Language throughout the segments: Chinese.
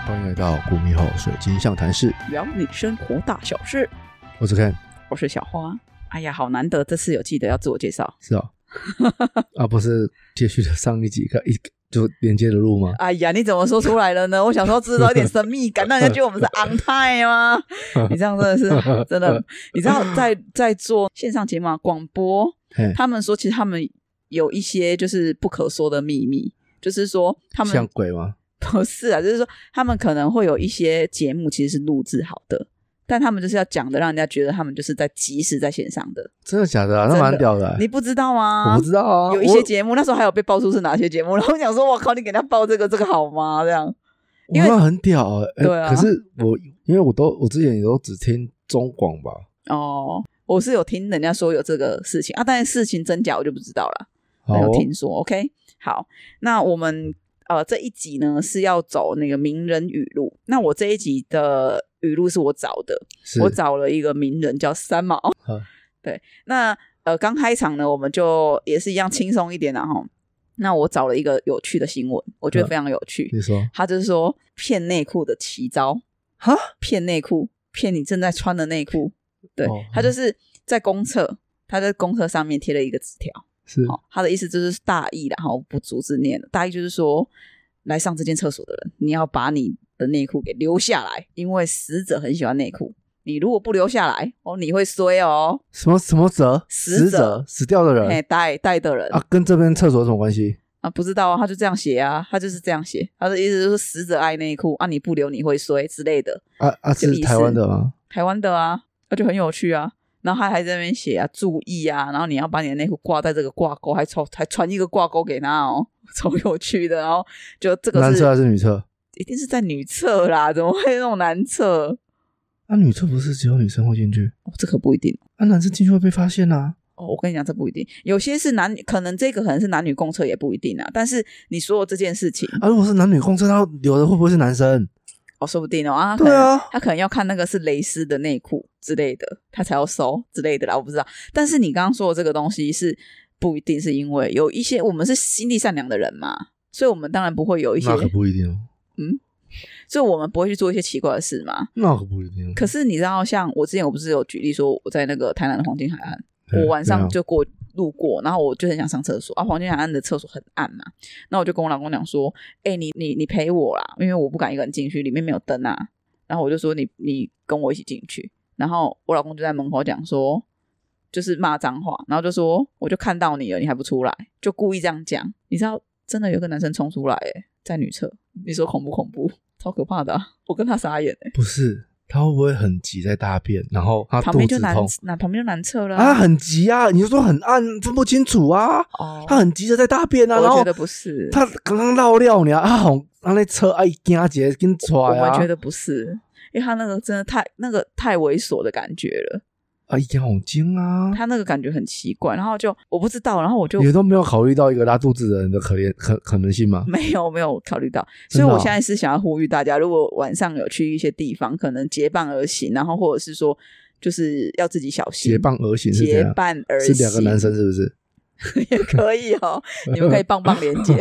欢迎来到古米后水晶象谈室， 聊你生活大小事。 我是 Ken， 我是小花。哎呀，好难得，这次有记得要自我介绍。 是啊，不是继续的上一集就连接的录吗？ 哎呀，你怎么说出来了呢？我想说制造一点神秘感，让人家觉得我们是 on time 吗？你这样真的是真的，你知道在做线上节目广播，他们说其实他们有一些就是不可说的秘密，就是说他们像鬼吗？ 不是啊，就是说他们可能会有一些节目其实是录制好的，但他们就是要讲的让人家觉得他们就是在即时在线上的。 真的假的啊？那蛮屌的你不知道吗？ 我不知道啊。 有一些节目那时候还有被爆出是哪些节目，然后我想说我靠，你给他报这个好吗？这样因为那很屌对啊。 可是因为我之前也都只听中广吧。 哦，我是有听人家说有这个事情啊，但是事情真假我就不知道了。有听说 OK。 好，那我们这一集呢是要走那个名人语录。那我这一集的语录是我找的，我找了一个名人叫三毛。对，那刚开场呢我们就也是一样轻松一点啦齁。那我找了一个有趣的新闻，我觉得非常有趣。 你说他就是说骗内裤的奇招。 哈？ 骗内裤，骗你正在穿的内裤。对，他就是在公厕，他在公厕上面贴了一个纸条。 是， 他的意思就是大意啦，我不逐字念了。大意就是说，来上这间厕所的人，你要把你的内裤给留下来，因为死者很喜欢内裤。你如果不留下来你会衰哦。 什么者？死者死掉的人， 带的人啊，跟这边厕所有什么关系啊？不知道啊，他就这样写啊，他就是这样写。他的意思就是死者爱内裤啊，你不留你会衰之类的。 是台湾的吗？ 台湾的啊，那就很有趣啊。然后他还在那边写啊，注意啊，然后你要把你的内裤挂在这个挂钩，还传一个挂钩给他哦，超有趣的。然后就这个是男厕还是女厕？ 一定是在女厕啦，怎么会那种男厕？ 女厕不是只有女生会进去？ 这可不一定。 男生进去会被发现啊。 我跟你讲，这不一定，有些是可能这个可能是男女共厕也不一定啊。但是你说的这件事情如果是男女共厕，他留的会不会是男生？ 说不定哦。 对啊， 他可能要看那个是蕾丝的内裤之类的，他才要收之类的啦，我不知道。但是你刚刚说的这个东西是不一定，是因为有一些我们是心地善良的人嘛，所以我们当然不会有一些。 那可不一定哦。 所以我们不会去做一些奇怪的事嘛。 那可不一定。 可是你知道，像我之前我不是有举例说我在那个台南的黄金海岸，我晚上就路过，然后我就很想上厕所黄金海岸的厕所很暗嘛，那我就跟我老公讲说你陪我啦，因为我不敢一个人进去，里面没有灯啊。然后我就说你跟我一起进去，然后我老公就在门口讲说就是骂脏话，然后就说我就看到你了，你还不出来，就故意这样讲。你知道真的有个男生冲出来在女厕，你说恐不恐怖？超可怕的我跟他傻眼不是，他会不会很急在大便，然后他肚子痛？ 旁边就男厕了很急啊！你就说很暗，分不清楚啊。他很急着在大便啊。 我觉得不是， 他刚刚绕料呢他那车惊一跟出来我们觉得不是，因为他那个真的太猥琐的感觉了。 已经好精啊， 他那个感觉很奇怪，然后我不知道，然后我就也都没有考虑到一个拉肚子的人的可能性吗？ 没有考虑到。所以我现在是想要呼吁大家，如果晚上有去一些地方，可能结伴而行，然后或者是说就是要自己小心。 结伴而行是这样？ 结伴而行是两个男生是不是？ 也可以你们可以棒棒连结。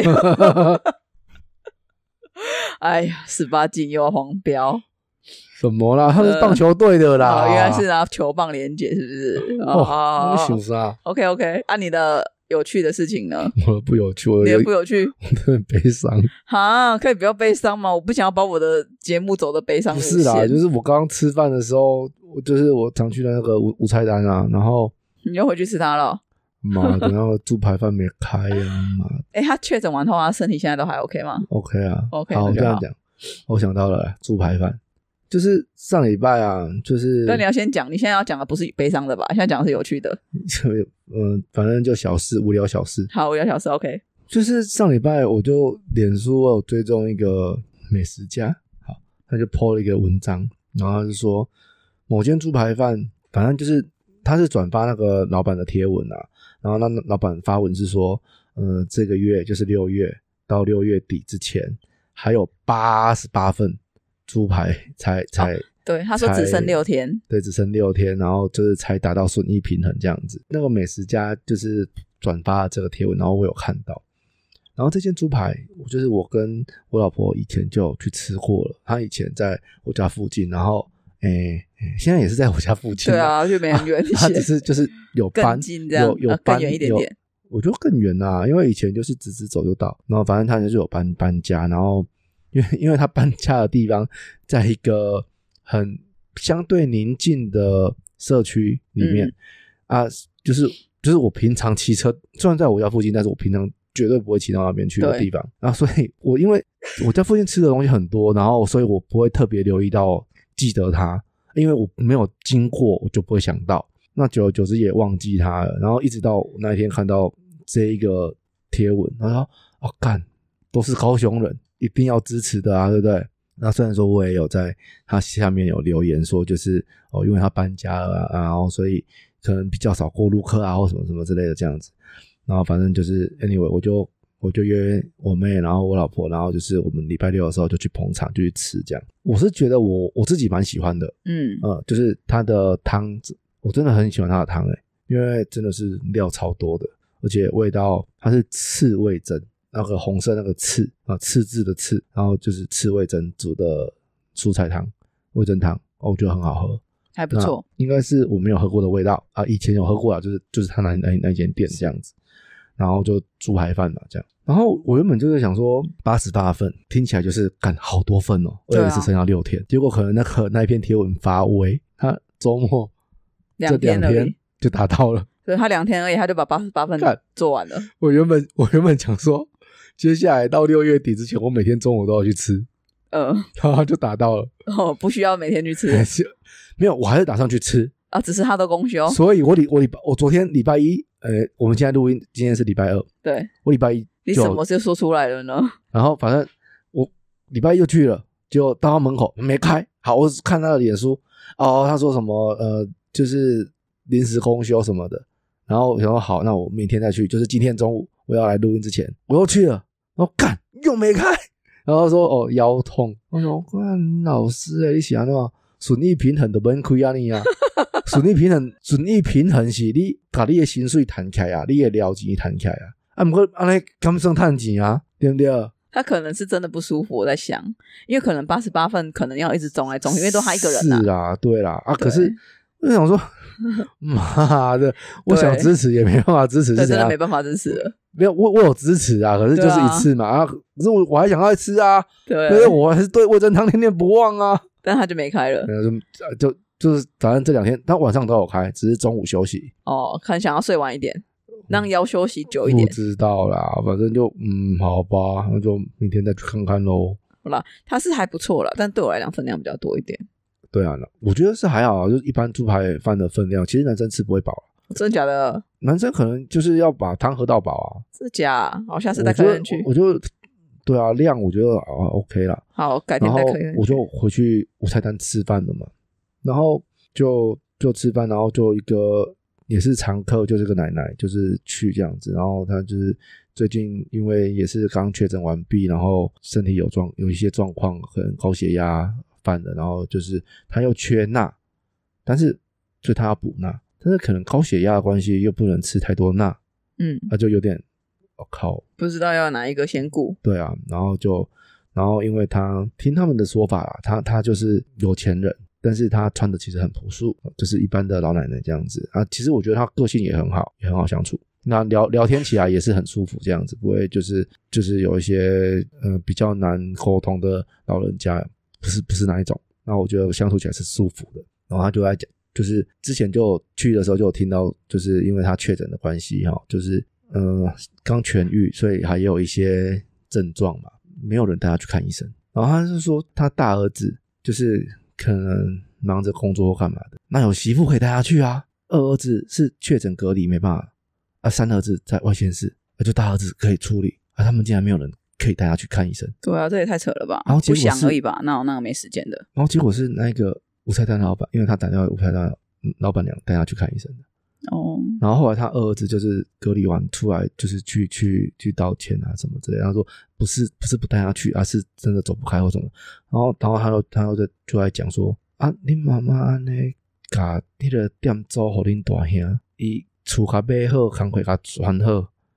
哎呀，18禁又要黄标。 什么啦？他是棒球队的啦。 原来是拿球棒连结，是不是？ 你想啥 ？OK， 你的有趣的事情呢？ 我不有趣， 你的不有趣， 我很悲伤。 可以不要悲伤吗？我不想要把我的节目走的悲伤路线。 不是啦，就是我刚刚吃饭的时候，就是我常去的那个无菜单啊，然后你又回去吃它了。 妈的，那个猪排饭没开啊！妈， 他确诊完后，他身体现在都还 OK 吗 ？OK 啊 ，OK。 好，我这样讲，我想到了猪排饭。就是上礼拜啊，就是但你要先讲，你现在要讲的不是悲伤的吧？现在讲的是有趣的。 反正就小事，无聊小事。 好，无聊小事 OK。 就是上礼拜我就脸书有追踪一个美食家，好，他就 po 了一个文章，然后他就说某间猪排饭，反正就是他是转发那个老板的贴文啊，然后那老板发文是说这个月就是6月到6月底之前还有88份猪排才对，他说只剩6天， 对，只剩6天，然后就是才达到损益平衡这样子。那个美食家就是转发了这个贴文，然后我有看到， 然后这间猪排就是我跟我老婆以前就有去吃过了，她以前在我家附近，然后现在也是在我家附近。 对啊，就没很远一些。 她只是就是有搬更近这样， 有搬更远一点点。 我觉得更远啦，因为以前就是直直走就到，然后反正他就是有搬家，然后因为他搬家的地方在一个很相对宁静的社区里面、就是我平常骑车，虽然在我家附近，但是我平常绝对不会骑到那边去的地方。然后所以我因为我家附近吃的东西很多，然后所以我不会特别留意到记得它，因为我没有经过我就不会想到。那久而久之也忘记它了，然后一直到那一天看到这一个贴文，然后说干，都是高雄人，一定要支持的啊，对不对？那虽然说我也有在他下面有留言说，就是因为他搬家了啊，然后所以可能比较少过路客啊，或什么什么之类的这样子。然后反正就是 anyway， 我就约我妹，然后我老婆，然后就是我们礼拜六的时候就去捧场，就去吃这样。我是觉得我自己蛮喜欢的，就是它的汤，我真的很喜欢它的汤因为真的是料超多的，而且味道它是刺味噌，那个红色那个刺刺字的刺，然后就是刺味噌煮的蔬菜汤，味噌汤，我觉得很好喝， 还不错， 应该是我没有喝过的味道啊，以前有喝过就是他那间店这样子，然后就猪排饭嘛这样，然后我原本就是想说88份，听起来就是干好多份哦，而且是剩下6天，结果可能那一篇贴文发威，他周末这2天就达到了。 对，他2天而已，他就把88份做完了。 我原本想说，接下来到6月底之前，我每天中午都要去吃，然后他就达到了。 不需要每天去吃， 没有，我还是打算去吃啊，只是他都公休， 所以我昨天礼拜一，我们现在录音，今天是礼拜2，对，我礼拜一， 你什么时候说出来了呢？ 然后反正我礼拜一就去了，结果到他门口没开，好，我看他的脸书，他说什么就是临时公休什么的。然后我想说好，那我明天再去，就是今天中午我要来录音之前我又去了，然后干又没开，然后说腰痛，我说干老师你想那么损益平衡都不能亏啊你啊损益平衡是你把你的薪水摊开啊，你的料钱摊开啊，不过这样敢算赚钱啊，对不对？ 他可能是真的不舒服，我在想，因为可能88份可能要一直中来中去，因为都他一个人是啊，对啦可是我想说妈的，我想支持也没办法支持， 对，真的没办法支持了。 没有，我有支持啊，可是就是一次嘛可是我还想要吃啊， 对， 因为我还是对味噌汤念念不忘啊。 但他就没开了， 就是反正这2天他晚上都有开，只是中午休息。 可能想要睡晚一点，让腰休息久一点。 不知道啦，反正就好吧，那就明天再去看看咯。 好啦，它是还不错啦，但对我来讲分量比较多一点。对啊，我觉得是还好就是一般猪排饭的分量，其实男生吃不会饱真的假的？ 男生可能就是要把汤喝到饱啊。 是假？好，下次带客人去。 我就对啊，量我觉得OK 啦。 好，改天带客人去。 我就回去五菜单吃饭了嘛，然后就吃饭，然后就一个也是常客，就是个奶奶，就是去这样子，然后她就是最近因为也是刚确诊完毕，然后身体有一些状况，可能高血压犯了，然后就是她又缺钠，但是所以她要补钠，但是可能高血压的关系又不能吃太多钠，那就有点靠， 不知道要哪一个先顾。 对啊，然后因为他听他们的说法啦，他就是有钱人，但是他穿的其实很朴素，就是一般的老奶奶这样子啊。其实我觉得他个性也很好，也很好相处。那聊天起来也是很舒服，这样子不会就是有一些比较难沟通的老人家，不是那一种。那我觉得相处起来是舒服的。然后他就在讲，就是之前就去的时候就有听到，就是因为他确诊的关系就是刚痊愈，所以还有一些症状嘛，没有人带他去看医生。然后他是说他大儿子就是可能忙着工作或干嘛的，那有媳妇可以带他去啊。二儿子是确诊隔离没办法啊，三儿子在外县市，就大儿子可以处理啊，他们竟然没有人可以带他去看医生。 对啊，这也太扯了吧。 然后结果不想而已吧，那个没时间的。 然后结果是那个五菜单老板，因为他打电话给五菜单老板娘带他去看医生的。然后后来他二儿子就是隔离完出来，就是去道歉啊什么之类的。他说不是不带他去，是真的走不开或什么。然后他就在讲说啊，你妈妈呢把那个店租给恁大兄，伊厝卡买好，工课甲传好，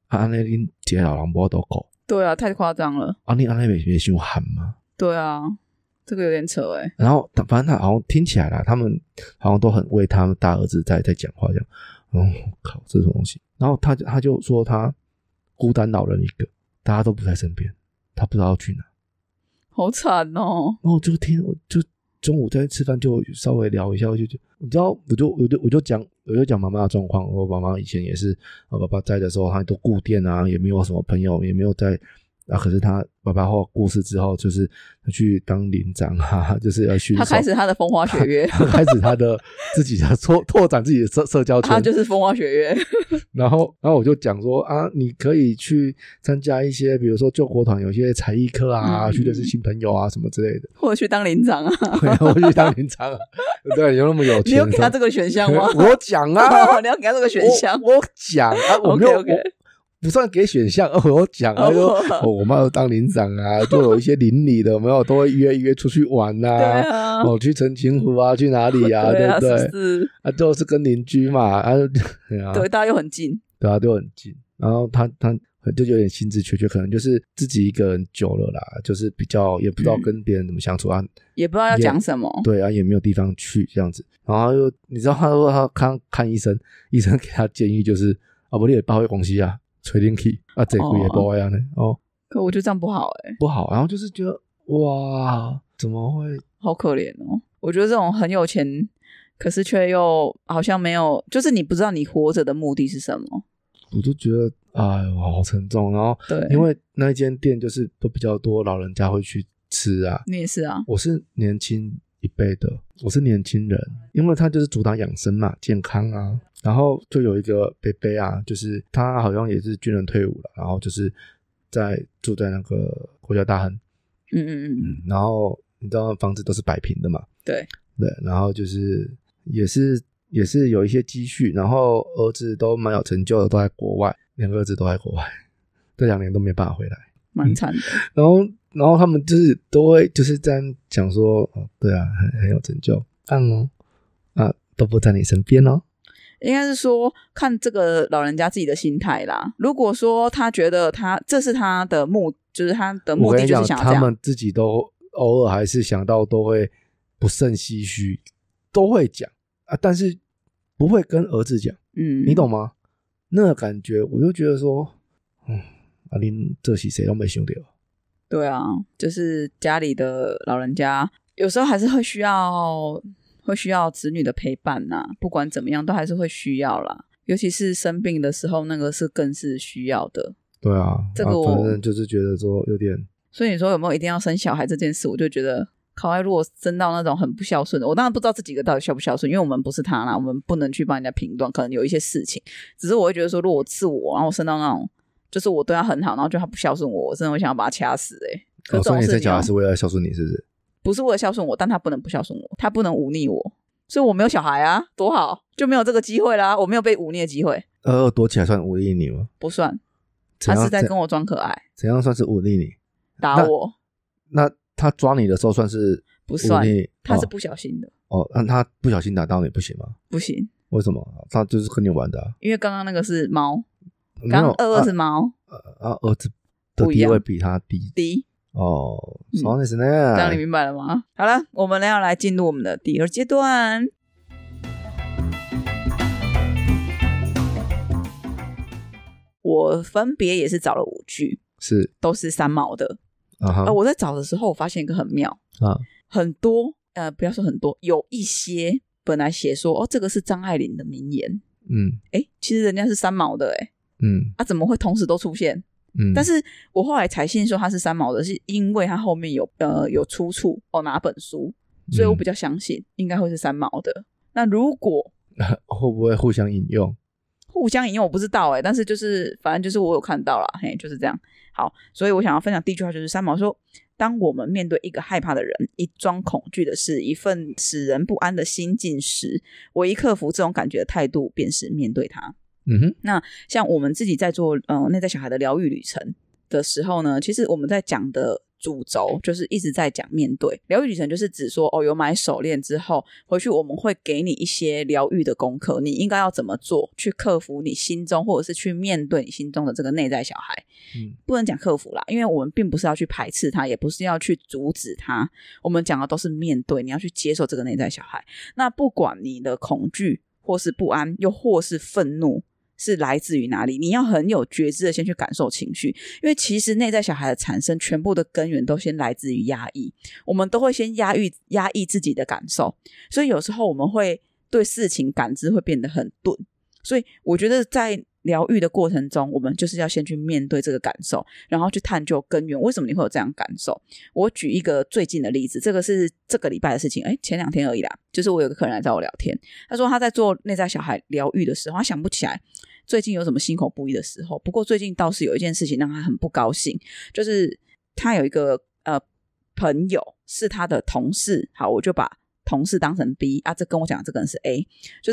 安尼恁一个老人无都顾， 对啊，太夸张了。 啊，你安尼袂伤寒吗？ 对啊，这个有点扯欸。 然后反正他好像听起来啦，他们好像都很为他们大儿子在讲话这样。靠，这种东西。然后他就说他孤单老人一个，大家都不在身边，他不知道要去哪。 好惨哦。 然后我就中午在吃饭就稍微聊一下，我就你知道，我就讲妈妈的状况。我妈妈以前也是，爸爸在的时候，他都顾店啊，也没有什么朋友，也没有在啊。可是他爸爸后过世之后，就是去当领长啊，就是要去。 他开始他的风花雪月， 开始他的自己的拓展自己的社交圈。 他就是风花雪月。 然后我就讲说啊，你可以去参加一些，比如说救国团有些才艺课啊，去认识新朋友啊什么之类的， 或者去当领长啊。 或者去当领长啊。对，有那么有钱， 你有给他这个选项吗？ 我讲啊， 你要给他这个选项。 我讲啊，我没有。 Okay. 不算给选项，我讲啊，我妈要当领长啊，就有一些邻里的，有没有都会约出去玩啊， 对啊， 去澄清湖啊，去哪里啊，对不对？ 是啊，就是跟邻居嘛， 对，大家又很近， 对啊，都很近。然后他就有点心智缺缺，可能就是自己一个人久了啦，就是比较也不知道跟别人怎么相处啊， 也不知道要讲什么， 对啊，也没有地方去这样子。然后又你知道，他说他看医生，医生给他建议就是啊，不，你也报会公司啊。吹冷气啊，这个也不一样呢。 可我觉得这样不好不好。然后就是觉得哇，怎么会好可怜哦？我觉得这种很有钱，可是却又好像没有，就是你不知道你活着的目的是什么。 我就觉得哎呦，好沉重。然后对，因为那一间店就是都比较多老人家会去吃啊。 你也是啊？ 我是年轻一辈的，我是年轻人，因为他就是主打养生嘛，健康啊。然后就有一个伯伯啊，就是他好像也是军人退伍了，然后就是住在那个国家大亨，然后你知道房子都是摆平的嘛， 对， 然后就是也是有一些积蓄，然后儿子都蛮有成就的，都在国外，2个儿子都在国外，这2年都没办法回来， 蛮惨的。 然后他们就是都会就是这样讲说，对啊，很有成就，啊都不在你身边哦。 应该是说看这个老人家自己的心态啦。如果说他觉得这是他的就是他的目的就是想要这样， 他们自己都偶尔还是想到都会不胜唏嘘，都会讲啊，但是不会跟儿子讲，你懂吗？那个感觉我就觉得说，恁这是谁都没想到。 对啊，就是家里的老人家有时候还是会需要子女的陪伴啊，不管怎么样都还是会需要啦，尤其是生病的时候，那个是更是需要的。 对啊， 这个反正就是觉得说有点。 所以你说有没有一定要生小孩这件事，我就觉得考爱如果生到那种很不孝顺的，我当然不知道这几个到底孝不孝顺，因为我们不是他啦，我们不能去帮人家评断，可能有一些事情，只是我会觉得说，如果是我，然后我生到那种就是我对他很好，然后就他不孝顺我，我真的会想要把他掐死可所以你生小孩是为了孝顺你，是不是？ 不是为了孝顺我，但他不能不孝顺我，他不能忤逆我，所以我没有小孩啊，多好，就没有这个机会啦，我没有被忤逆的机会。 躲起来算忤逆你吗？ 不算，他是在跟我装可爱。 怎样算是忤逆你？ 打我。 那他抓你的时候算是不算，他是不小心的。 那他不小心打到你不行吗？ 不行。 为什么？他就是跟你玩的因为刚刚那个是猫，刚刚22是猫。 儿子的地位比他低。そうですね。 这样你明白了吗？好了，我们要来进入我们的第2阶段。我分别也是找了5句，都是3毛的。我在找的时候，我发现一个很妙很多不要说很多，有一些本来写说这个是张爱玲的名言，其实人家是3毛的怎么会同时都出现？但是我后来才信说他是3毛的，是因为他后面有出处哪本书，所以我比较相信应该会是3毛的。那如果会不会互相引用？ 互相引用我不知道但是就是反正就是我有看到啦，就是这样。好，所以我想要分享第1句话就是3毛说，当我们面对一个害怕的人，一桩恐惧的事，一份使人不安的心境时，唯一克服这种感觉的态度便是面对它。那像我们自己在做内在小孩的疗愈旅程的时候呢，其实我们在讲的主轴就是一直在讲面对。疗愈旅程就是指说有买手链之后回去我们会给你一些疗愈的功课，你应该要怎么做去克服你心中或者是去面对你心中的这个内在小孩。不能讲克服啦，因为我们并不是要去排斥他，也不是要去阻止他，我们讲的都是面对，你要去接受这个内在小孩。那不管你的恐惧或是不安又或是愤怒是来自于哪里，你要很有觉知的先去感受情绪，因为其实内在小孩的产生全部的根源都先来自于压抑，我们都会先压抑自己的感受，所以有时候我们会对事情感知会变得很钝。所以我觉得在疗愈的过程中，我们就是要先去面对这个感受，然后去探究根源，为什么你会有这样感受。我举一个最近的例子，这个是这个礼拜的事情，前2天而已啦。就是我有个客人来找我聊天，他说他在做内在小孩疗愈的时候，他想不起来最近有什么心口不一的时候，不过最近倒是有一件事情让他很不高兴，就是他有一个朋友是他的同事，好，我就把同事当成 B 啊，这跟我讲的这个人是 A， 就是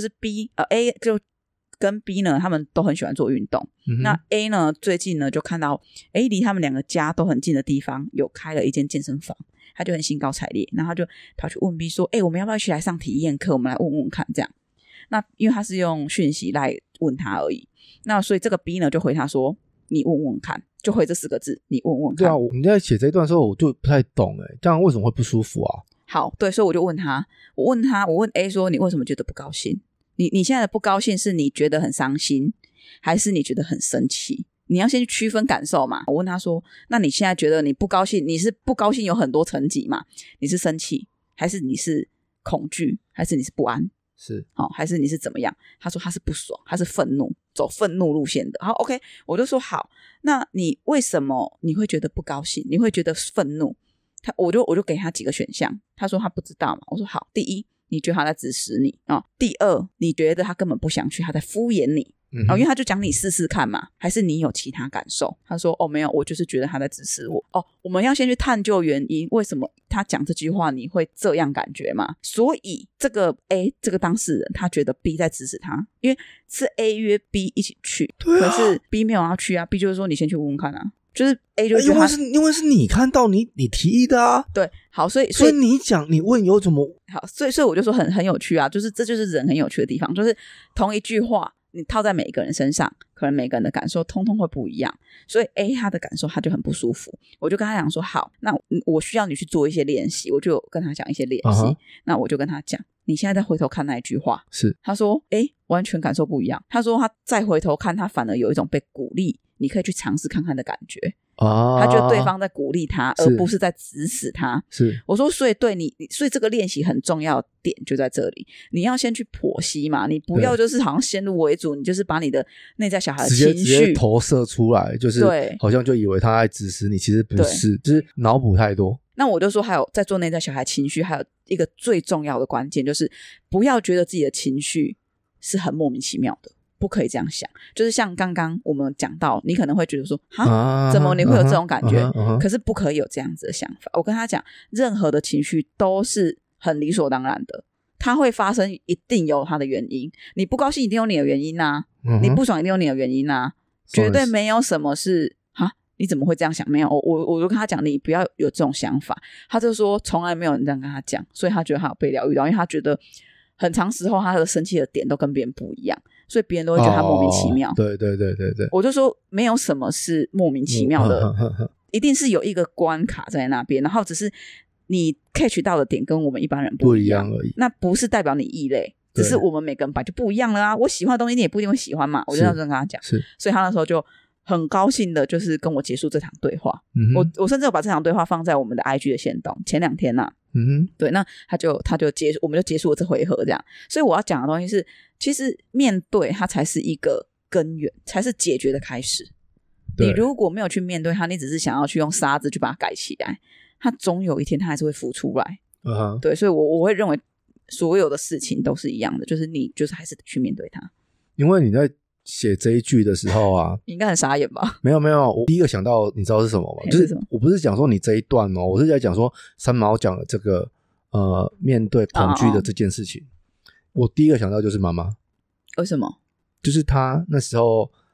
A 就跟 B 呢他们都很喜欢做运动，那 A 呢最近呢就看到离他们2个家都很近的地方有开了一间健身房，他就很兴高采烈，然后他就跑去问 B 说我们要不要一起来上体验课，我们来问问看这样。那因为他是用讯息来问他而已，那所以这个 B 呢就回他说你问问看，就回这4个字你问问看。 对啊，你在写这一段的时候我就不太懂这样为什么会不舒服啊？ 好，对，所以我就问他，我问 A 说你为什么觉得不高兴，你现在的不高兴是你觉得很伤心还是你觉得很生气，你要先去区分感受嘛。我问他说那你现在觉得你不高兴，你是不高兴有很多层级嘛，你是生气还是你是恐惧还是你是不安， 是还是你是怎么样？他说他是不爽，他是愤怒，走愤怒路线的。好 OK， 我就说好，那你为什么你会觉得不高兴，你会觉得愤怒？我就给他几个选项，他说他不知道嘛。我说好，第一你觉得他在指使你第二你觉得他根本不想去，他在敷衍你因为他就讲你试试看嘛，还是你有其他感受？他说没有，我就是觉得他在指使我。我们要先去探究原因，为什么他讲这句话你会这样感觉嘛？所以这个 A 这个当事人他觉得 B 在指使他，因为是 A 约 B 一起去，可是 B 没有要去啊， B 就是说你先去问问看啊，就是 A 就觉得因为是你看到你提议的啊。 对，好，所以你讲你问有怎么好，所以我就说很有趣啊，就是这就是人很有趣的地方，就是同一句话你套在每一个人身上，可能每个人的感受通通会不一样。所以 A 他的感受他就很不舒服，我就跟他讲说好，那我需要你去做一些练习，我就跟他讲一些练习那我就跟他讲你现在再回头看那一句话， 是他说完全感受不一样。他说他再回头看他反而有一种被鼓励，你可以去尝试看看的感觉他觉得对方在鼓励他而不是在指使他。 是我说所以对你，所以这个练习很重要的点就在这里，你要先去剖析嘛，你不要就是好像先入为主，你就是把你的内在小孩的情绪直接投射出来，就是对， 好像就以为他在指使你，其实不是，就是脑补太多。 那我就说还有在做内在小孩情绪还有一个最重要的关键，就是不要觉得自己的情绪是很莫名其妙的，不可以这样想。就是像刚刚我们讲到，你可能会觉得说怎么你会有这种感觉可是不可以有这样子的想法。我跟他讲任何的情绪都是很理所当然的，它会发生一定有它的原因，你不高兴一定有你的原因啊你不爽一定有你的原因啊绝对没有什么是你怎么会这样想，没有我就跟他讲你不要有这种想法。他就说从来没有人这样跟他讲，所以他觉得他有被疗愈到，因为他觉得很长时候他的生气的点都跟别人不一样，所以别人都会觉得他莫名其妙对， 我就说没有什么是莫名其妙的一定是有一个关卡在那边，然后只是你 catch 到的点跟我们一般人不一样而已， 那不是代表你异类，只是我们每个人本来就不一样了啊，我喜欢的东西你也不一定会喜欢嘛，我就这样跟他讲。 是，所以他那时候就很高兴的就是跟我结束这场对话我甚至有把这场对话放在我们的 IG 的限动，前2天对，那他就我们就结束了这回合这样。所以我要讲的东西是其实面对它才是一个根源，才是解决的开始。你如果没有去面对它，你只是想要去用沙子去把它盖起来，它总有一天它还是会浮出来对，所以我会认为所有的事情都是一样的，就是你就是还是得去面对它。 因为你在写这一句的时候啊你应该很傻眼吧？ 没有我第一个想到你知道是什么吗？就是我不是讲说你这一段我是在讲说三毛讲的这个面对恐惧的这件事情我第一个想到就是妈妈。 为什么？ 就是他那时候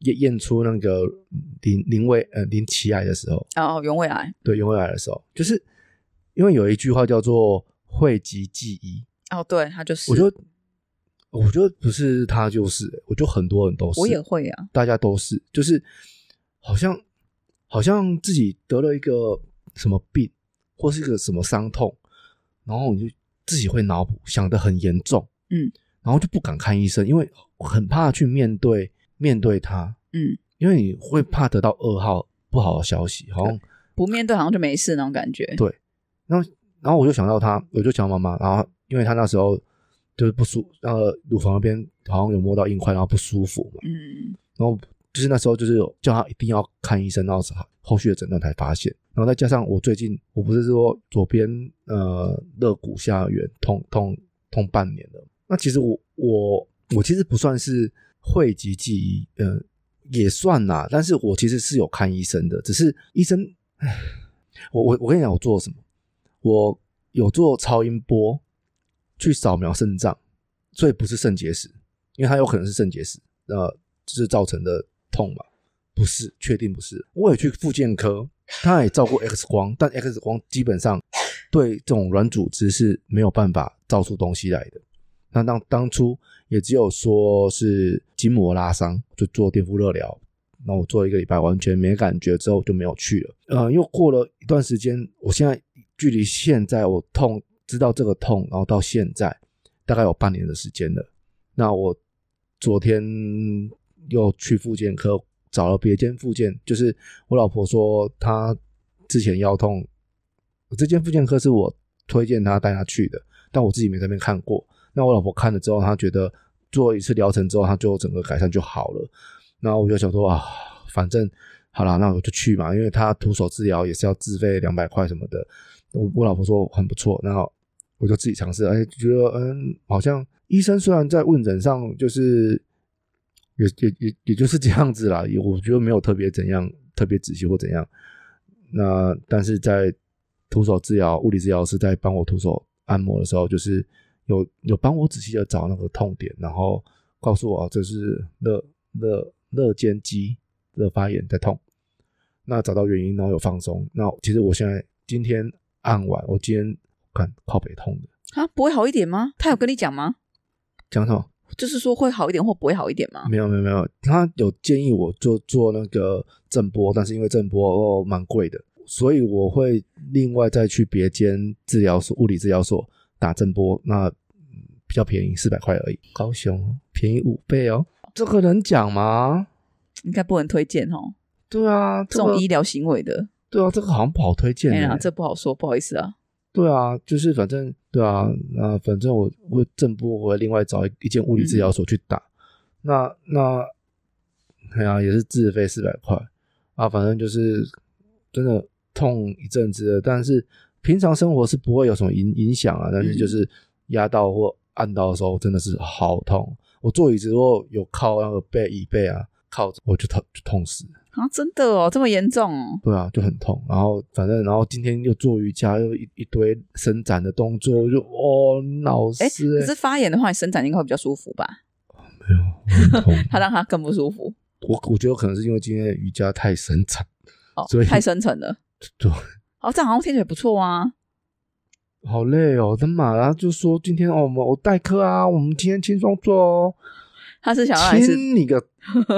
验出那个鳞期癌的时候， 原位癌， 对，原位癌的时候，就是因为有一句话叫做讳疾忌医， 对，他就是， 我觉得不是他就是，我觉得很多人都是， 我也会啊， 大家都是，就是好像自己得了一个什么病，或是一个什么伤痛，然后你就自己会脑补，想得很严重，然后就不敢看医生，因为很怕去面对它，因为你会怕得到不好的消息，好像不面对好像就没事那种感觉。对， 然后我就想到他，我就想到妈妈，然后因为他那时候就是不舒服，乳房那边好像有摸到硬块，然后不舒服嘛，然后就是那时候就是有叫他一定要看医生，然后后续的诊断才发现，然后再加上我最近我不是说左边肋骨下缘痛半年了，那其实我其实不算是讳疾忌医，也算啦，但是我其实是有看医生的，只是医生，我跟你讲我做了什么，我有做超音波去扫描肾脏，所以不是肾结石，因为它有可能是肾结石，就是造成的痛嘛，不是，确定不是。我也去复健科，他也照过 X 光，但 X 光基本上对这种软组织是没有办法照出东西来的。那当初也只有说是筋膜拉伤，就做电附热疗，然后我做了1个礼拜完全没感觉之后就没有去了。又过了一段时间，我现在距离现在我知道这个痛，然后到现在大概有半年的时间了。那我昨天又去复健科找了别间复健，就是我老婆说她之前腰痛，这间复健科是我推荐她带她去的，但我自己没在那边看过。那我老婆看了之后，她觉得做一次疗程之后她就整个改善就好了。然后我就想说反正好啦，那我就去嘛，因为她徒手治疗也是要自费200块什么的。我老婆说很不错，然后我就自己尝试，觉得好像医生虽然在问诊上就是也就是这样子啦，我觉得没有特别怎样特别仔细或怎样。那但是在徒手治疗，物理治疗师在帮我徒手按摩的时候，就是有帮我仔细的找那个痛点，然后告诉我这是肋间肌的发炎在痛。那找到原因，然后有放松。那其实我现在今天按完，我今天看靠北痛的不会好一点吗？他有跟你讲吗？ 讲什么？ 就是说会好一点或不会好一点吗？ 没有，他有建议我就做那个震波，但是因为震波蛮贵的，所以我会另外再去别间物理治疗所打震波，那比较便宜，400块而已。高雄便宜5倍哦，这个能讲吗？ 应该不能推荐哦。 对啊， 这种医疗行为的， 对啊，这个好像不好推荐。 这不好说，不好意思啊。 对啊，就是反正对啊，那反正我会震波，我会另外找一间物理治疗所去打。那也是自费400块啊，反正就是真的痛一阵子了，但是平常生活是不会有什么影响啊，但是就是压到或按到的时候真的是好痛。我坐椅子如果有靠那个椅背啊，靠着我就痛死真的哦，这么严重哦？ 对啊，就很痛。然后今天又做瑜伽，又一堆伸展的动作，就脑死。 可是发炎的话，你伸展应该会比较舒服吧？ 没有，很痛。 它让它更不舒服。 我觉得可能是因为今天的瑜伽太伸展，所以太深层了。 对。 这样好像听起来不错啊。 好累哦，他妈的就说今天我代课啊，我们今天轻松做哦。 他是想要亲你个。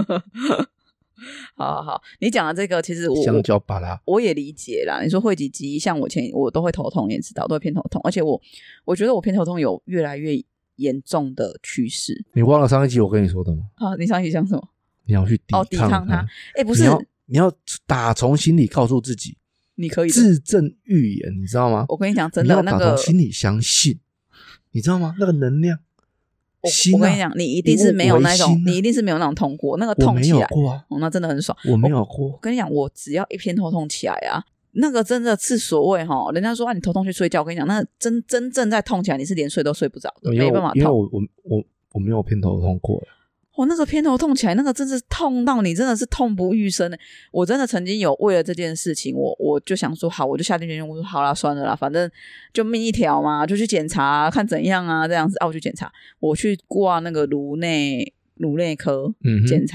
好，你讲的这个其实香蕉巴拉我也理解啦。你说讳疾忌医，像我都会头痛，也知道都会偏头痛，而且我觉得我偏头痛有越来越严重的趋势。 你忘了上一集我跟你说的吗？ 你上一集讲什么？ 你要去抵抗它。不是， 你要打从心里告诉自己， 你可以自证预言，你知道吗？ 我跟你讲，真的你要打从心里相信，你知道吗？那个能量。 我跟你讲，你一定是没有那种，你一定是没有那种痛过，那个痛起来， 我没有过啊， 那真的很爽。 我没有过。 我跟你讲，我只要一偏头痛起来啊，那个真的是所谓人家说你头痛去睡觉，我跟你讲，那真正在痛起来，你是连睡都睡不着的，没办法痛。 因为我没有偏头痛过。 那个偏头痛起来，那个真是痛到你真的是痛不欲生。我真的曾经有为了这件事情，我就想说好，我就下定决心，我说好啦，算了啦，反正就命一条嘛，就去检查看怎样啊，这样子我去检查，我去挂那个颅内科检查，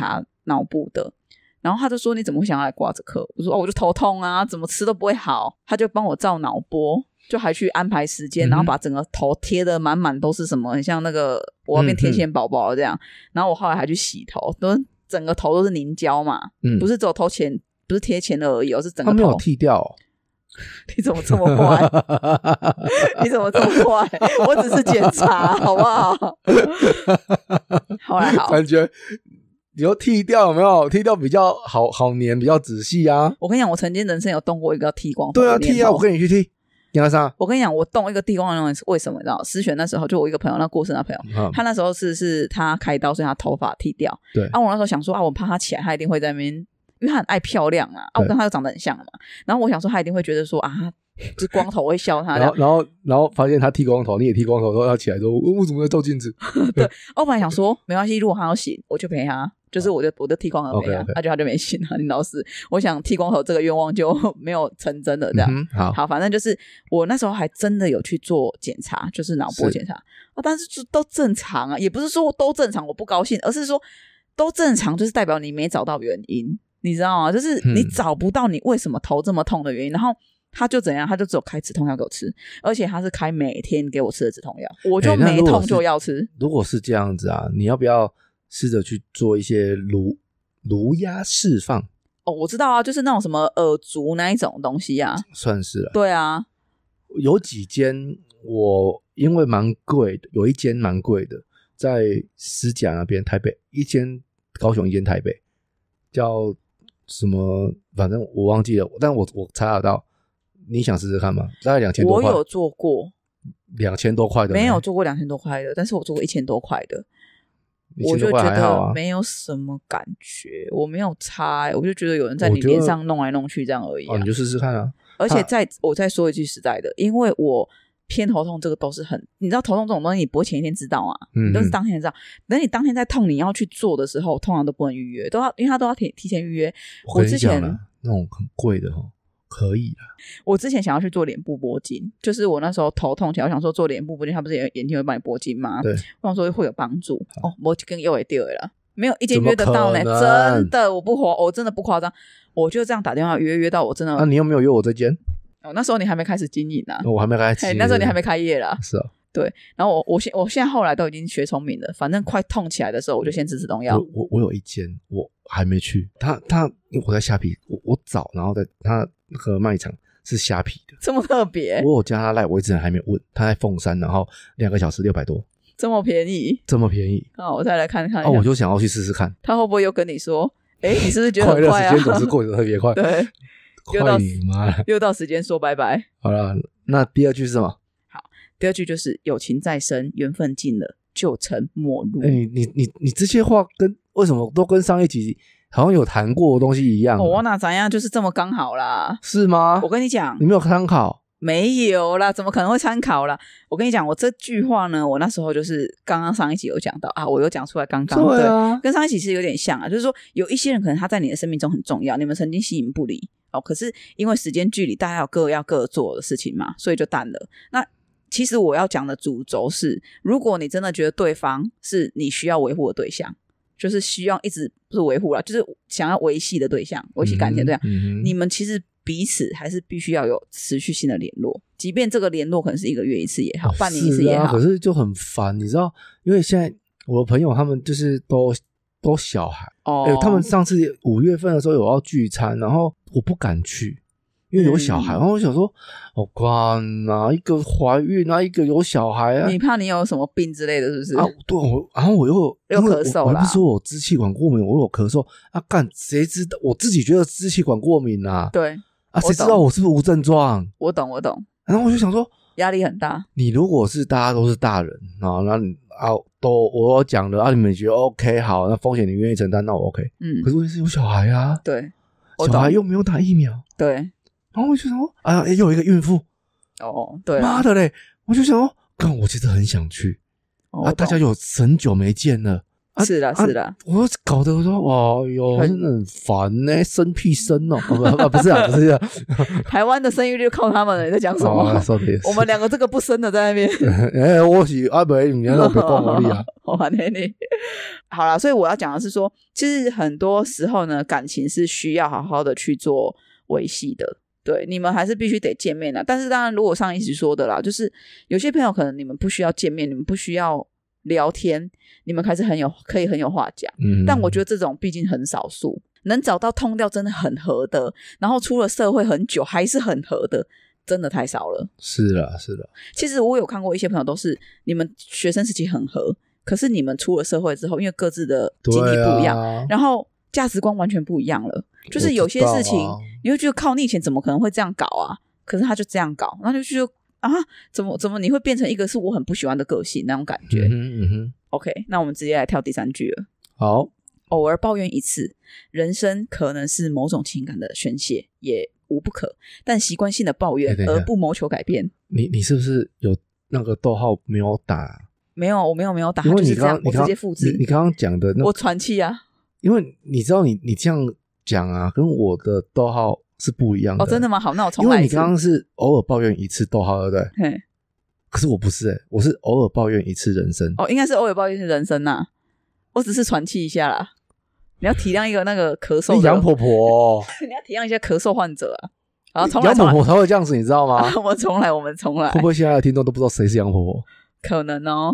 脑部的。然后他就说你怎么会想要来挂这科？我说我就头痛啊，怎么吃都不会好。他就帮我照脑波，就还去安排时间，然后把整个头贴的满满都是什么，很像那个我要变天线宝宝这样。然后我后来还去洗头，整个头都是凝胶嘛，不是只有头前，不是贴前额而已，是整个头。他没有剃掉你怎么这么坏？你怎么这么坏？我只是检查好不好？后来好感觉你要剃掉有没有？剃掉比较好粘，比较仔细啊。 我跟你讲，我曾经人生有动过一个剃光头。 对啊，剃啊，我跟你去剃。 我跟你讲，我动一个剃光头是为什么？你知道？思璇那时候就我一个朋友，那过世那朋友，他那时候是他开刀，所以他头发剃掉。 对。 我那时候想说我怕他起来，他一定会在那边，因为他很爱漂亮我跟他又长得很像嘛。然后我想说他一定会觉得说这光头我会笑他。 然后发现他剃光头，你也剃光头，然后他起来说我怎么在照镜子？ 对。我本来想说没关系，如果他要醒，我就陪他。就是我的剃光头陪他，他就没醒了。你老师，我想剃光头这个愿望就没有成真的这样。好，反正就是我那时候还真的有去做检查，就是脑波检查但是就都正常也不是说都正常我不高兴，而是说都正常就是代表你没找到原因，你知道吗？就是你找不到你为什么头这么痛的原因，然后他就怎样，他就只有开止痛药给我吃，而且他是开每天给我吃的止痛药，我就没痛就要吃。 如果是这样子你要不要试着去做一些颅压释放？ 我知道就是那种什么耳烛那一种东西算是了。 对啊， 有几间我因为蛮贵的，有一间蛮贵的，在思甲那边，台北一间，高雄一间，台北叫什么？反正我忘记了，但我查得到。你想试试看吗？大概2000多块。 我有做过 2000多块的， 没有做过2000多块的，但是我做过1000多块的。我就觉得没有什么感觉，我没有差我就觉得有人在你脸上弄来弄去这样而已你就试试看啊。 而且我再说一句实在的，因为我偏头痛这个都是你知道头痛这种东西你不会前一天知道你都是当天知道。等你当天在痛你要去做的时候，通常都不能预约，因为他都要提前预约。 我之前那种很贵的可以啦。 我之前想要去做脸部拨筋，就是我那时候头痛起来，我想说做脸部拨筋，他不是眼睛会帮你拨筋吗？ 对， 我想说会有帮助。拨筋又会掉了，没有一间约得到呢，真的，我真的不夸张，我就这样打电话约到我真的。 你有没有约我这间？ 那时候你还没开始经营我还没开始。 那时候你还没开业啦。 是对，然后我现在后来都已经学聪明了，反正快痛起来的时候我就先吃止痛药。 我有一间我还没去，他因为我在虾皮，我找，然后在他那个卖场是虾皮的， 这么特别。 我有加他赖，我一直还没问。他在凤山，然后2个小时600多， 这么便宜， 这么便宜。 我再来看看。 我就想要去试试看。 他会不会又跟你说你是不是觉得很快快乐时间总是过得特别快？ 对， 快你妈了， 又到时间说拜拜。 好了，那第二句是什么？ 好，第二句就是友情再深，缘分尽了，旧尘陌路。 你这些话为什么都跟上一集好像有谈过的东西一样我哪怎样，就是这么刚好啦。 是吗？ 我跟你讲， 你没有参考？ 没有啦，怎么可能会参考啦？我跟你讲，我这句话呢，我那时候就是刚刚上一集有讲到我有讲出来，刚刚对跟上一集是有点像就是说有一些人可能他在你的生命中很重要，你们曾经形影不离可是因为时间距离，大家要各做的事情嘛，所以就淡了。那其实我要讲的主轴是，如果你真的觉得对方是你需要维护的对象，就是希望一直不是维护啦，就是想要维系的对象，维系感情的对象，你们其实彼此还是必须要有持续性的联络，即便这个联络可能是1个月一次也好，半年一次也好。 可是就很烦，你知道，因为现在我的朋友他们就是都小孩他们上次5月份的时候有要聚餐，然后我不敢去，因为有小孩，然后我想说一个怀孕一个有小孩你怕你有什么病之类的是不是对，然后我又咳嗽啦， 我不是说我支气管过敏，我有咳嗽谁知道，我自己觉得支气管过敏对谁知道我是不是无症状？ 我懂然后我就想说压力很大。 你如果是大家都是大人那你我有讲了你们觉得 OK 好，那风险你愿意承担，那我 OK。可是问题是有小孩对， 小孩又没有打疫苗， 对。 然后我就想说又有一个孕妇对妈的嘞，我就想说我其实很想去大家有很久没见了是啦， 我搞得我说真的很烦生屁生不是不是台湾的生育率就靠他们了，你在讲什么我们2个这个不生的在那边我是阿伯你要别讲我你我还你好啦，所以我要讲的是说，其实很多时候呢，感情是需要好好的去做维系的。对，你们还是必须得见面的。但是当然，如果上一集说的啦，就是有些朋友可能你们不需要见面，你们不需要聊天，你们还是可以很有话讲。但我觉得这种毕竟很少数，能找到通调真的很合的，然后出了社会很久还是很合的，真的太少了。 是啦是啦， 其实我有看过一些朋友都是你们学生时期很合，可是你们出了社会之后，因为各自的经历不一样，然后价值观完全不一样了。就是有些事情你会觉得靠你以前怎么可能会这样搞啊，可是他就这样搞，然后就觉得啊怎么你会变成一个是我很不喜欢的个性那种感觉。OK， 那我们直接来跳第3句了。 好， 偶尔抱怨一次，人生可能是某种情感的宣泄，也无不可，但习惯性的抱怨而不谋求改变。 你是不是有那个逗号没有打？ 没有，我没有打，就是这样，我直接复制。 你刚刚讲的我传气啊，因为你知道你这样讲啊，跟我的逗号是不一样的。 哦，真的吗？好，那我重来一次。 因为你刚刚是偶尔抱怨一次逗号，对不对？ 嘿， 可是我不是我是偶尔抱怨一次人生。 哦，应该是偶尔抱怨一次人生啊，我只是传气一下啦。你要体谅一个那个咳嗽的杨婆婆你要体谅一下咳嗽患者啊。好，重来。 杨婆婆才会这样子，你知道吗？ 我们重来。会不会现在的听众都不知道谁是杨婆婆？ 可能哦。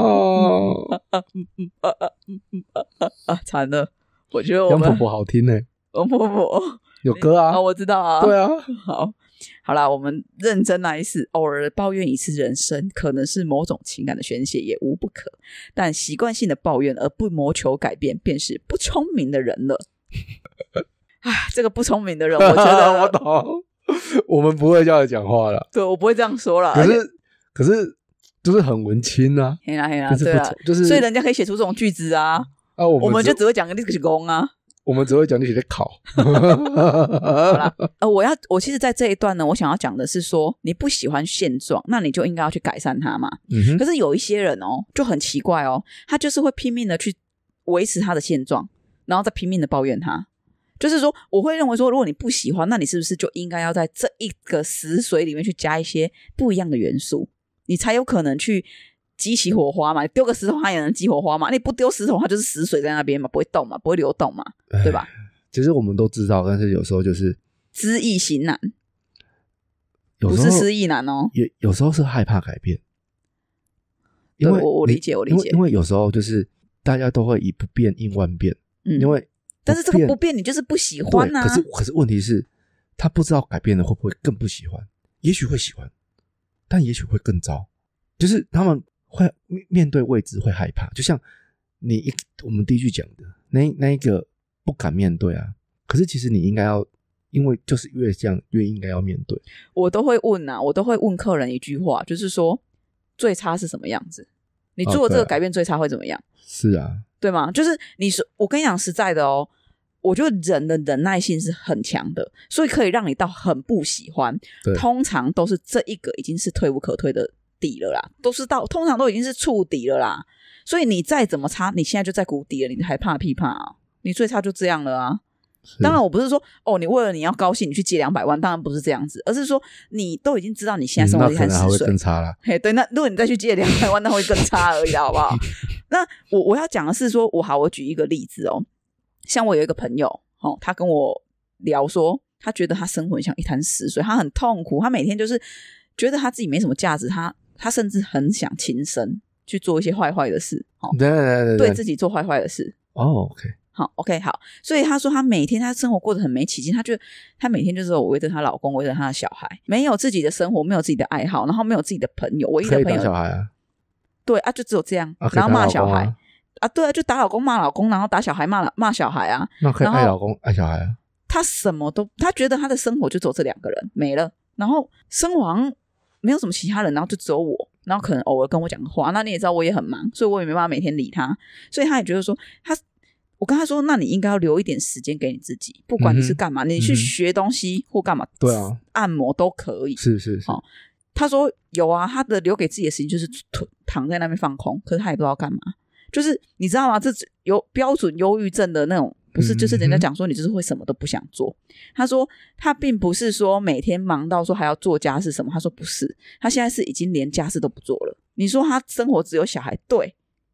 惨了，我觉得我们杨婆婆好听欸。 杨婆婆有歌啊。 我知道啊。 对啊。 好啦，我们认真来一次。偶尔抱怨一次人生，可能是某种情感的宣泄，也无不可，但习惯性的抱怨而不谋求改变，便是不聪明的人了。这个不聪明的人，我觉得我懂，我们不会这样讲话啦。 对，我不会这样说啦。 可是就是很文青啊。 嘿啦，对啦，就是所以人家可以写出这种句子啊。我们就只会讲个历史功啊。 我们只会讲你在考。好啦，我其实在这一段呢，我想要讲的是说，你不喜欢现状，那你就应该要去改善它嘛。可是有一些人就很奇怪他就是会拼命的去维持他的现状，然后再拼命的抱怨他。就是说，我会认为说，如果你不喜欢，那你是不是就应该要在这一个死水里面去加一些不一样的元素，你才有可能去激起火花嘛？你丢个石头它也能激火花嘛？你不丢石头它就是死水在那边嘛，不会动嘛，不会流动嘛，对吧？ 其实我们都知道，但是有时候就是知易行难，不是失意难哦。 有时候是害怕改变，因为我理解， 因为有时候就是大家都会以不变应万变，因为但是这个不变你就是不喜欢啊。 可是问题是他不知道改变了会不会更不喜欢，也许会喜欢，但也许会更糟。就是他们会面对未知会害怕，就像我们第一句讲的那一个不敢面对啊。可是其实你应该要，因为就是越这样越应该要面对。 我都会问客人一句话，就是说最差是什么样子？你做这个改变最差会怎么样？ 是啊， 对吗？就是我跟你讲实在的我觉得人的忍耐性是很强的，所以可以让你到很不喜欢，通常都是这一个已经是退无可退的底了啦，通常都已经是触底了啦。所以你再怎么差，你现在就在谷底了，你还怕屁怕啊？你最差就这样了啊。当然我不是说你为了你要高兴你去借200万，当然不是这样子，而是说你都已经知道你现在生活很死水， 那可能还会更差啦。 对，那如果你再去借200万那会更差而已好不好？那我要讲的是说我举一个例子像我有一个朋友他跟我聊说他觉得他生活很像一滩死水，他很痛苦，他每天就是觉得他自己没什么价值，他甚至很想轻生去做一些坏的事对自己做坏的事。OK 好，所以他说他每天他生活过得很没起劲，他每天就是围着他老公围着他的小孩，没有自己的生活，没有自己的爱好，然后没有自己的朋友，唯一的朋友可以打小孩啊。 对啊，就只有这样，然后骂小孩对啊，就打老公骂老公，然后打小孩骂小孩啊。 那可以爱老公爱小孩啊。 他什么都，他觉得他的生活就只有这2个人没了，然后生活好像没有什么其他人，然后就只有我，然后可能偶尔跟我讲个话，那你也知道我也很忙，所以我也没办法每天理他，所以他也觉得说我跟他说那你应该要留一点时间给你自己，不管你是干嘛，你去学东西或干嘛， 对啊， 按摩都可以。 是他说有啊，他的留给自己的时间就是躺在那边放空，可是他也不知道干嘛，就是你知道吗，这有标准忧郁症的那种，不是就是人家讲说你就是会什么都不想做。他说他并不是说每天忙到说还要做家事什么，他说不是，他现在是已经连家事都不做了。你说他生活只有小孩，对，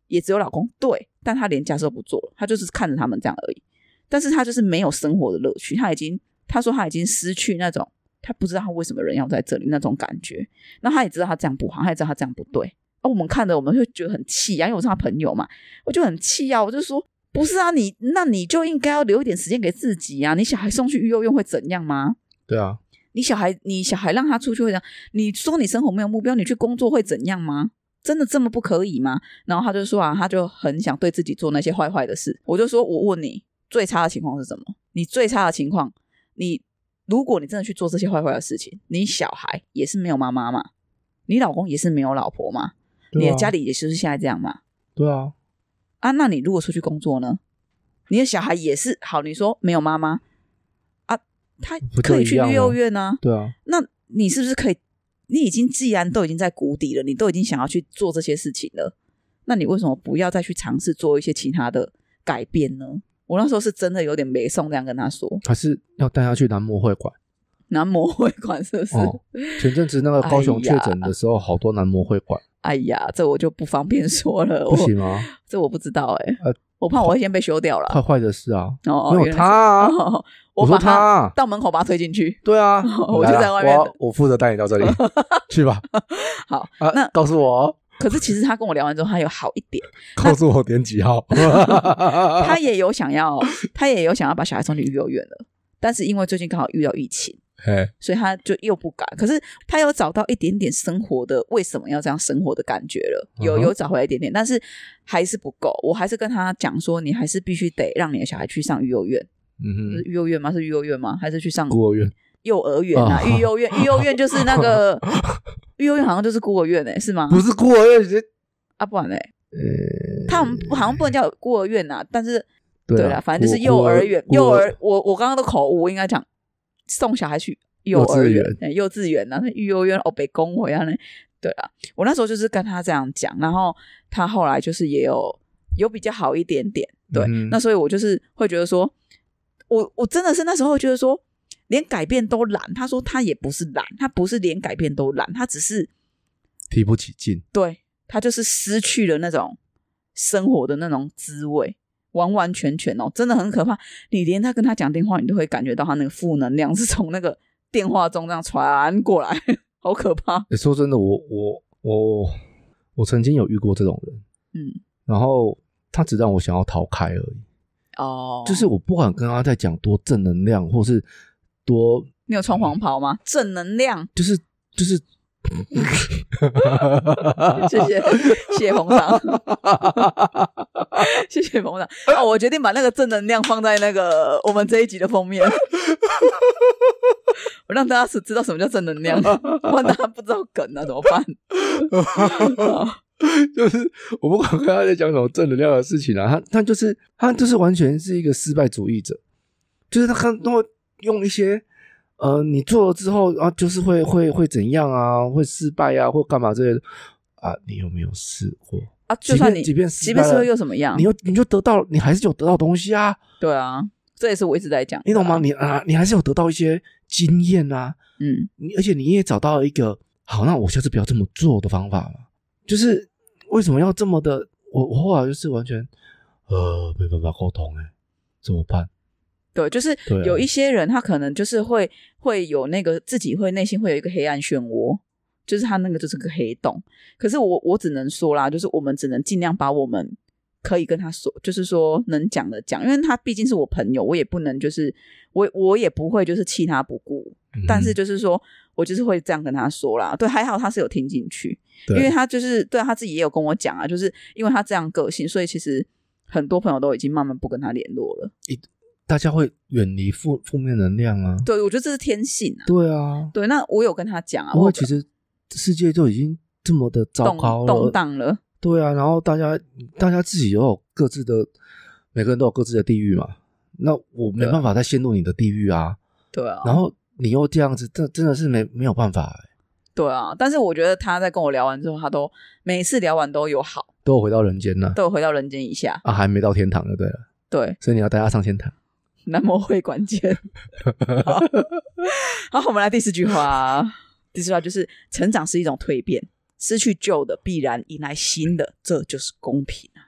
也只有老公，对，但他连家事都不做了，他就是看着他们这样而已。但是他就是没有生活的乐趣，他说他已经失去那种他不知道他为什么人要在这里那种感觉。然后他也知道他这样不好，他也知道他这样不对。我们看着我们会觉得很气啊，因为我是他朋友嘛，我就很气啊，我就说不是啊，那你就应该要留一点时间给自己啊，你小孩送去育幼院会怎样吗？ 对啊， 你小孩让他出去会怎样？你说你生活没有目标，你去工作会怎样吗？真的这么不可以吗？然后他就说啊，他就很想对自己做那些坏坏的事。我就说我问你，最差的情况是什么？你最差的情况，如果你真的去做这些坏坏的事情，你小孩也是没有妈妈嘛，你老公也是没有老婆嘛，你的家里也是现在这样嘛？ 对啊， 那你如果出去工作呢？你的小孩也是好，你说没有妈妈啊，他可以去育幼院啊， 对啊， 那你是不是可以？你既然都已经在谷底了，你都已经想要去做这些事情了，那你为什么不要再去尝试做一些其他的改变呢？我那时候是真的有点没送这样跟他说， 还是要带他去男模会馆。 男模会馆是不是？ 前阵子那个高雄确诊的时候，好多男模会馆。 哎呀，这我就不方便说了， 不行吗？ 这我不知道我怕我会先被休掉了。 坏的事啊， 没有他啊， 我说他啊， 到门口把他推进去。 对啊， 我就在外面， 我负责带你到这里去吧。 好， 那告诉我。 可是其实他跟我聊完之后，他有好一点， 告诉我点几号。 他也有想要把小孩送去育幼院了，但是因为最近刚好遇到疫情，所以他就又不敢。可是他有找到一点点生活的为什么要这样生活的感觉了，有找回来一点点，但是还是不够。我还是跟他讲说，你还是必须得让你的小孩去上育幼院。是育幼院吗？是育幼院吗？还是去上孤儿院？ 幼儿园啊，育幼院，育幼院就是那个育幼院好像就是孤儿院是吗？ 不是孤儿院啊，不然他们好像不能叫孤儿院但是对啦，反正就是幼儿园。我刚刚的口误，我应该讲送小孩去幼儿园、幼稚园啊，育幼院被恭维啊。对啦，我那时候就是跟他这样讲，然后他后来就是也有比较好一点点。对，那所以我就是会觉得说，我真的是那时候会觉得说，连改变都懒。他说他也不是懒，他不是连改变都懒，他只是提不起劲。 对，他就是失去了那种生活的那种滋味，完完全全真的很可怕。你连他跟他讲电话，你都会感觉到他那个负能量是从那个电话中这样传过来，好可怕。 说真的，我曾经有遇过这种人，然后他只让我想要逃开而已。就是我不管跟他在讲多正能量，或是多， 你有穿黄袍吗？正能量就是谢谢捧场谢谢捧场我决定把那个正能量放在那个我们这一集的封面我让大家知道什么叫正能量，不然大家不知道梗怎么办就是我不管跟他在讲什么正能量的事情他就是完全是一个失败主义者，就是他都会用一些你做了之后就是会怎样会失败或干嘛之类的你有没有试过就算即便失败了又怎么样， 你就得到，你还是有得到东西对啊，这也是我一直在讲， 你懂吗？你还是有得到一些经验而且你也找到了一个好，那我下次不要这么做的方法嘛。就是为什么要这么的？我后来就是完全没办法沟通怎么办？ 对，就是有一些人他可能就是会有那个自己会内心会有一个黑暗漩涡，就是他那个就是个黑洞。可是我只能说啦，就是我们只能尽量把我们可以跟他说，就是说能讲的讲，因为他毕竟是我朋友，我也不能就是我也不会就是弃他不顾，但是就是说我就是会这样跟他说啦。对，还好他是有听进去，因为他就是对他自己也有跟我讲就是因为他这样个性，所以其实很多朋友都已经慢慢不跟他联络了。 大家会远离负面能量对，我觉得这是天性对对， 那我有跟他讲因为其实世界都已经这么的糟糕了， 动荡了。 对然后大家自己有各自的，每个人都有各自的地狱嘛，那我没办法再陷入你的地狱对然后你又这样子，真的是没有办法对但是我觉得他在跟我聊完之后，他都每一次聊完都有好， 都有回到人间了， 都有回到人间一下还没到天堂就对了。 对， 所以你要带他上天堂。 男模会关键好，我们来第四句话。第四句话就是成长是一种蜕变，失去旧的必然迎来新的，这就是公平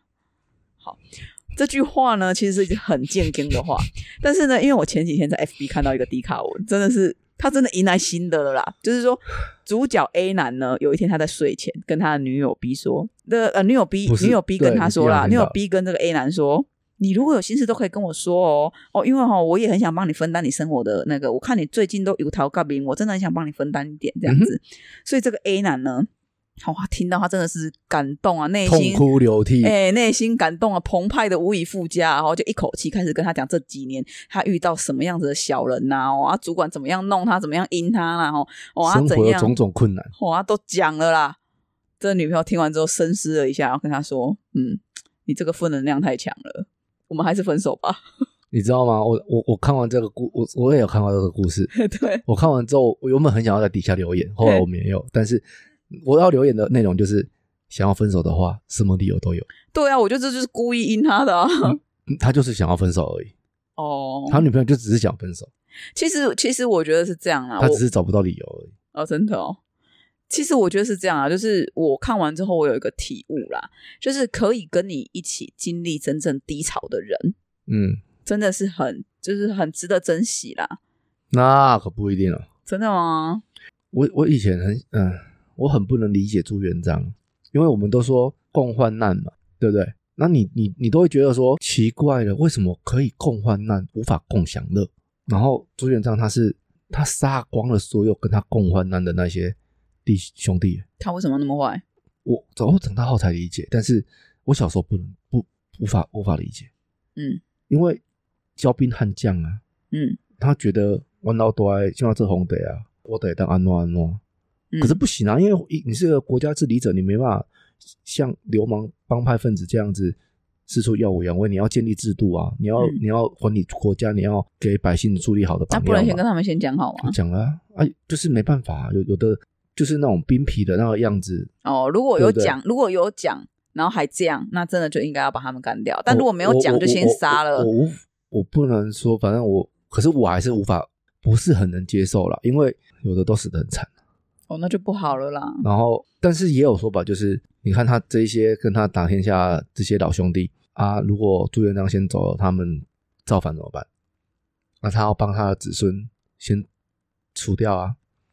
好，这句话呢其实是一句很健康的话，但是呢因为我前几天在 FB 看到一个迪卡文，真的是他真的迎来新的了啦，就是说主角 A 男呢有一天他在睡前跟他的女友 B 说女友 B 跟他说啦，女友 B 跟这个 A 男说，你如果有心事都可以跟我说因为我也很想帮你分担你生活的那个，我看你最近都油头盖面，我真的很想帮你分担一点这样子，所以这个 A 男呢听到他真的是感动啊，内心痛哭流涕， 内心感动啊，澎湃的无以复加，然后就一口气开始跟他讲这几年他遇到什么样子的小人啊，主管怎么样弄他，怎么样阴他啦， 生活的种种困难， 他都讲了啦。这女朋友听完之后深思了一下，然后跟他说你这个负能量太强了，我们还是分手吧。 你知道吗？我看完这个我也有看到这个故事对， 我看完之后我原本很想要在底下留言，后来我没有，但是我要留言的内容就是想要分手的话什么理由都有。 对啊，我觉得这就是故意阴他的啊他就是想要分手而已他女朋友就只是想分手。 其实我觉得是这样啦， 他只是找不到理由而已。 真的其实我觉得是这样啊，就是我看完之后我有一个体悟啦，就是可以跟你一起经历真正低潮的人真的是就是很值得珍惜啦。 那可不一定真的吗？ 我以前我很不能理解朱元璋，因为我们都说共患难嘛，对不对？那你都会觉得说奇怪了，为什么可以共患难无法共享乐？然后朱元璋他杀光了所有跟他共患难的那些兄弟。 他为什么那么坏？ 我长大后才理解，但是我小时候无法理解。因为骄兵悍将啊，他觉得我老大现在这皇帝啊，我得当安怎可是不行啊，因为你是个国家治理者，你没办法像流氓帮派分子这样子四处耀武扬威，你要建立制度啊，你要管理国家，你要给百姓树立好的榜样嘛。那不能先跟他们先讲好吗？ 讲了就是没办法有的就是那种兵痞的那个样子如果有讲然后还这样，那真的就应该要把他们干掉，但如果没有讲就先杀了。 我不能说，反正可是我还是不是很能接受啦，因为有的都死得很惨那就不好了啦。 然后但是也有说法，就是你看他这一些跟他打天下这些老兄弟啊，如果朱元璋先走了，他们造反怎么办？那他要帮他的子孙先除掉啊。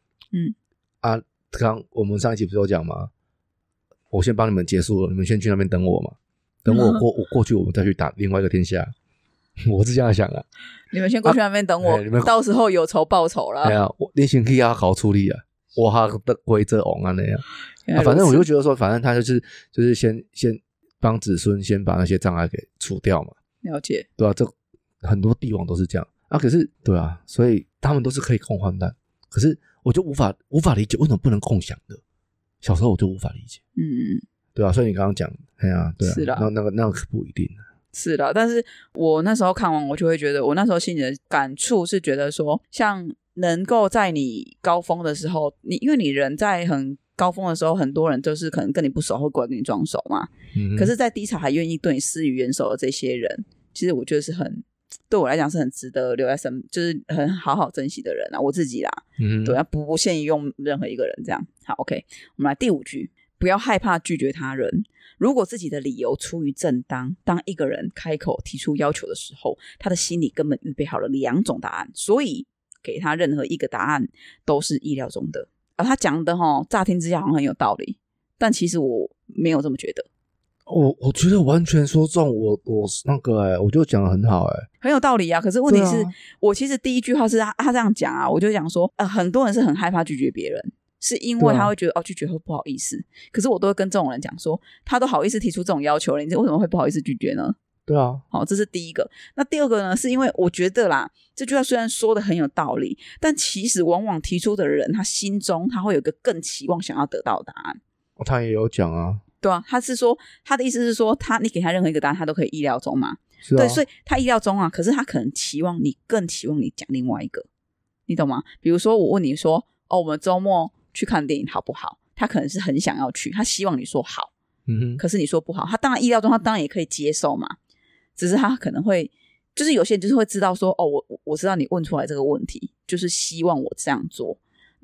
刚我们上一期不是有讲吗？我先帮你们结束了，你们先去那边等我嘛，等我过去，我们再去打另外一个天下。我是这样想啊， 你们先过去那边等我，到时候有仇报仇了。 你先去搞处理啊，我还的规则那样反正我就觉得说，反正他就是先帮子孙先把那些障碍给除掉嘛。 了解， 对啊，这很多帝王都是这样可是对啊，所以他们都是可以共患难，可是我就无法理解为什么不能共享的。小时候我就无法理解。对啊，所以你刚刚讲对啊， 是啦， 那个可不一定是啦，但是我那时候看完，我就会觉得，我那时候心里的感触是觉得说，像能够在你高峰的时候，因为你人在很高峰的时候，很多人都是可能跟你不熟，会过来跟你装熟嘛。可是在低潮还愿意对你施予援手的这些人，其实我觉得是对我来讲是很值得留在就是很好好珍惜的人啊，我自己啦。对啊，不限于用任何一个人这样。好 OK， 我们来第5句，不要害怕拒绝他人。如果自己的理由出于正当，当一个人开口提出要求的时候，他的心里根本预备好了2种答案，所以给他任何一个答案都是意料中的。他讲的乍听之下好像很有道理，但其实我没有这么觉得。 我觉得完全说中我那个我就讲得很好很有道理啊。可是问题是，我其实第一句话是他这样讲啊，我就讲说很多人是很害怕拒绝别人，是因为他会觉得拒绝会不好意思。可是我都会跟这种人讲说，他都好意思提出这种要求了，你为什么会不好意思拒绝呢？ 对啊， 好，这是第一个。那第二个呢，是因为我觉得啦，这句话虽然说的很有道理，但其实往往提出的人他心中他会有一个更期望想要得到的答案。 他也有讲啊， 对啊，他是说他的意思是说你给他任何一个答案他都可以意料中嘛。对，所以他意料中啊，可是他可能更期望你讲另外一个，你懂吗？比如说我问你说我们周末去看电影好不好，他可能是很想要去，他希望你说好，可是你说不好，他当然意料中他当然也可以接受嘛，只是他可能会就是有些人就是会知道说我知道你问出来这个问题就是希望我这样做，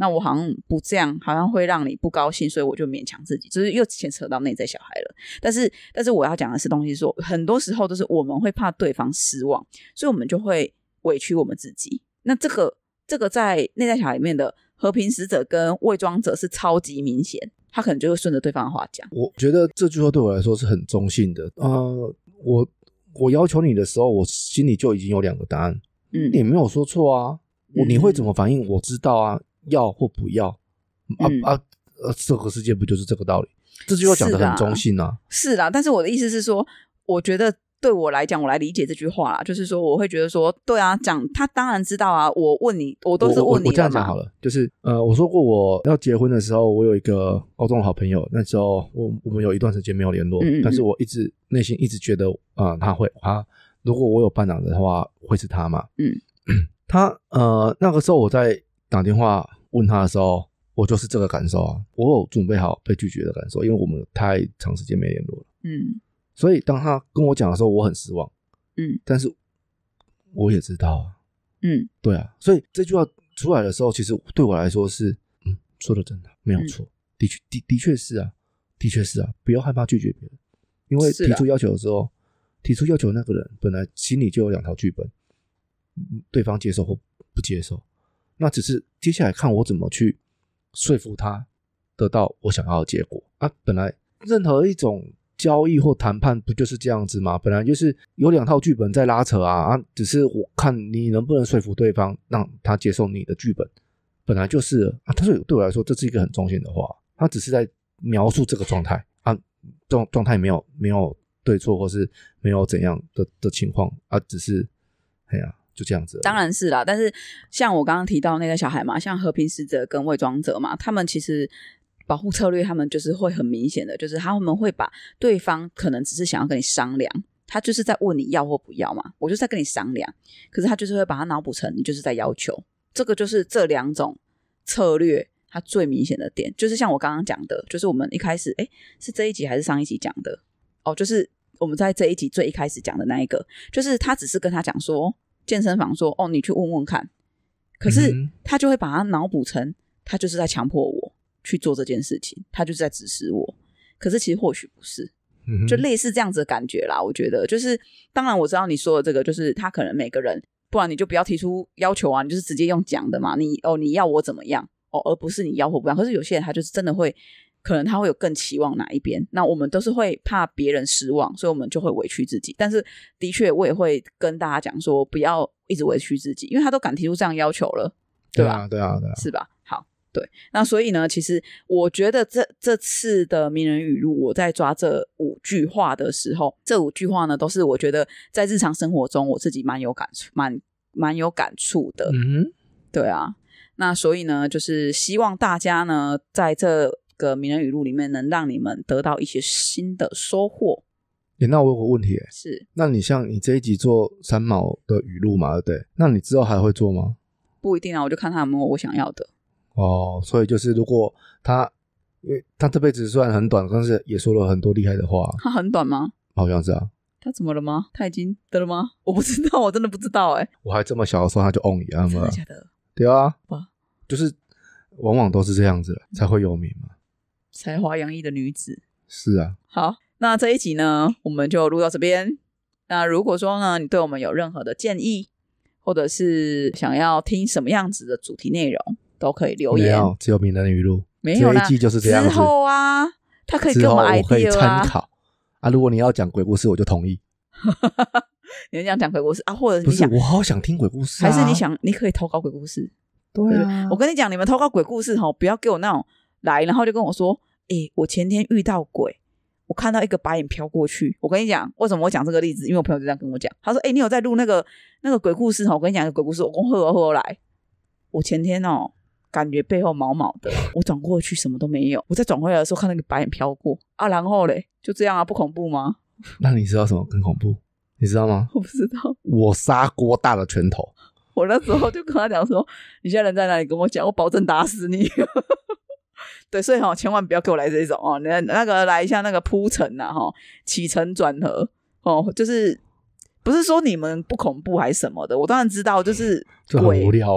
那我好像不这样好像会让你不高兴，所以我就勉强自己，就是又牵扯到内在小孩了。但是我要讲的是东西说，很多时候都是我们会怕对方失望，所以我们就会委屈我们自己。那这个在内在小孩里面的和平使者跟伪装者是超级明显，他可能就会顺着对方的话讲。 我觉得这句话对我来说是很中性的。我要求你的时候，我心里就已经有2个答案。你没有说错啊，你会怎么反应我知道啊，要或不要这个世界不就是这个道理？这句话讲得很中性啊。 是啦，但是我的意思是说，我觉得对我来讲，我来理解这句话啦，就是说我会觉得说，对啊，讲他当然知道啊，我问你，我都是问你的嘛。我这样讲好了， 就是我说过我要结婚的时候，我有一个高中的好朋友，那时候我们有一段时间没有联络，但是我内心一直觉得他如果我有伴郎的话，会是他嘛。他那个时候我在打电话问他的时候，我就是这个感受啊，我有准备好被拒绝的感受，因为我们太长时间没联络了。所以当他跟我讲的时候，我很失望。但是我也知道啊。对啊，所以这句话出来的时候，其实对我来说是说的真的没有错。的确是啊，的确是啊，不要害怕拒绝别人，因为提出要求的时候，提出要求的那个人本来心里就有2套剧本，对方接受或不接受，那只是接下来看我怎么去说服他得到我想要的结果啊。本来任何一种交易或谈判不就是这样子吗？本来就是有2套剧本在拉扯啊，只是我看你能不能说服对方让他接受你的剧本，本来就是了啊。但是对我来说这是一个很中性的话，他只是在描述这个状态啊，状态没有对错或是没有怎样的情况啊，只是就这样子。 当然是啦，但是像我刚刚提到那个小孩嘛，像和平使者跟伪装者嘛，他们其实保护策略他们就是会很明显的，就是他们会把对方可能只是想要跟你商量，他就是在问你要或不要嘛，我就是在跟你商量，可是他就是会把它脑补成你就是在要求。这个就是这2种策略它最明显的点，就是像我刚刚讲的，就是我们一开始是这一集还是上一集讲的就是我们在这一集最一开始讲的那一个，就是他只是跟他讲说健身房说你去问问看，可是他就会把他脑补成他就是在强迫我去做这件事情，他就是在指使我，可是其实或许不是，就类似这样子的感觉啦。我觉得就是当然我知道你说的这个就是他可能每个人，不然你就不要提出要求啊，你就是直接用讲的嘛，你要我怎么样而不是你要或不要。可是有些人他就是真的会可能他会有更期望哪一边，那我们都是会怕别人失望，所以我们就会委屈自己。但是的确我也会跟大家讲说不要一直委屈自己，因为他都敢提出这样要求了，对吧？ 对啊是吧？好，对，那所以呢其实我觉得这次的名人语录，我在抓这5句话的时候，这5句话呢都是我觉得在日常生活中我自己蛮有感触的。对啊，那所以呢就是希望大家呢在这个名人语录里面能让你们得到一些新的收获。 那我有个问题是，那你像你这一集做3毛的语录嘛，对不对？那你之后还会做吗？ 不一定啊，我就看他有没有我想要的。 所以就是如果因为他这辈子虽然很短，但是也说了很多厉害的话。 他很短吗？ 好像是啊。 他怎么了吗？他已经得了吗？我不知道，我真的不知道我还这么小的时候他就 on 你啊。 真的假的？ 对啊，就是往往都是这样子才会有名嘛。 才华洋溢的女子。 是啊。 好，那这一集呢我们就录到这边。那如果说呢你对我们有任何的建议，或者是想要听什么样子的主题内容，都可以留言。 没有，只有名人语录。 没有啦， 这一季就是这样子。 之后啊他可以给我们 idea 我可以参考啊。如果你要讲鬼故事我就同意。 你想讲鬼故事啊，或者你想， 不是，我好想听鬼故事还是你可以投稿鬼故事。 对啊， 我跟你讲，你们投稿鬼故事不要给我那种来然后就跟我说我前天遇到鬼，我看到一个白影飘过去。我跟你讲为什么我讲这个例子，因为我朋友就这样跟我讲，他说你有在录那个鬼故事我跟你讲一个鬼故事，我说好来，我前天感觉背后毛毛的，我转过去什么都没有，我再转回来的时候看那个白影飘过啊，然后嘞就这样啊，不恐怖吗？ 那你知道什么更恐怖？你知道吗？ 我不知道。 我砂锅大的拳头。 我那时候就跟他讲说你现在人在哪里跟我讲，我保证打死你。对，所以千万不要给我来这种那个来一下那个铺陈啊起承转合就是不是说你们不恐怖还是什么的，我当然知道就是就很无聊啊。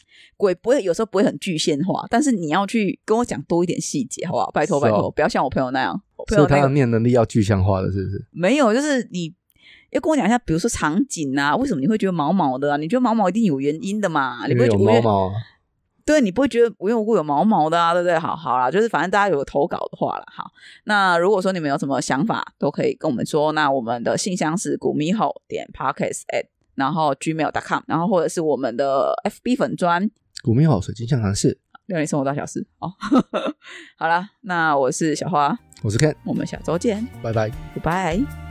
鬼不会有时候不会很具象化，但是你要去跟我讲多一点细节好不好？拜托拜托，不要像我朋友那样。我朋友所以他的念能力要具象化的是不是？ 没有，就是你要跟我讲一下，比如说场景啊，为什么你会觉得毛毛的啊？你觉得毛毛一定有原因的嘛？你不会觉得因为有毛毛啊。 对，你不会觉得无缘无故有毛毛的啊，对不对？好啦，就是反正大家有投稿的话啦，好，那如果说你们有什么想法，都可以跟我们说。那我们的信箱是股迷吼.podcast@ 然后 gmail.com， 然后或者是我们的 FB 粉专股迷吼水晶象谈室， 料理生活大小事哦。好啦，那我是小花， 我是 Ken， 我们下周见， 拜拜， 拜拜。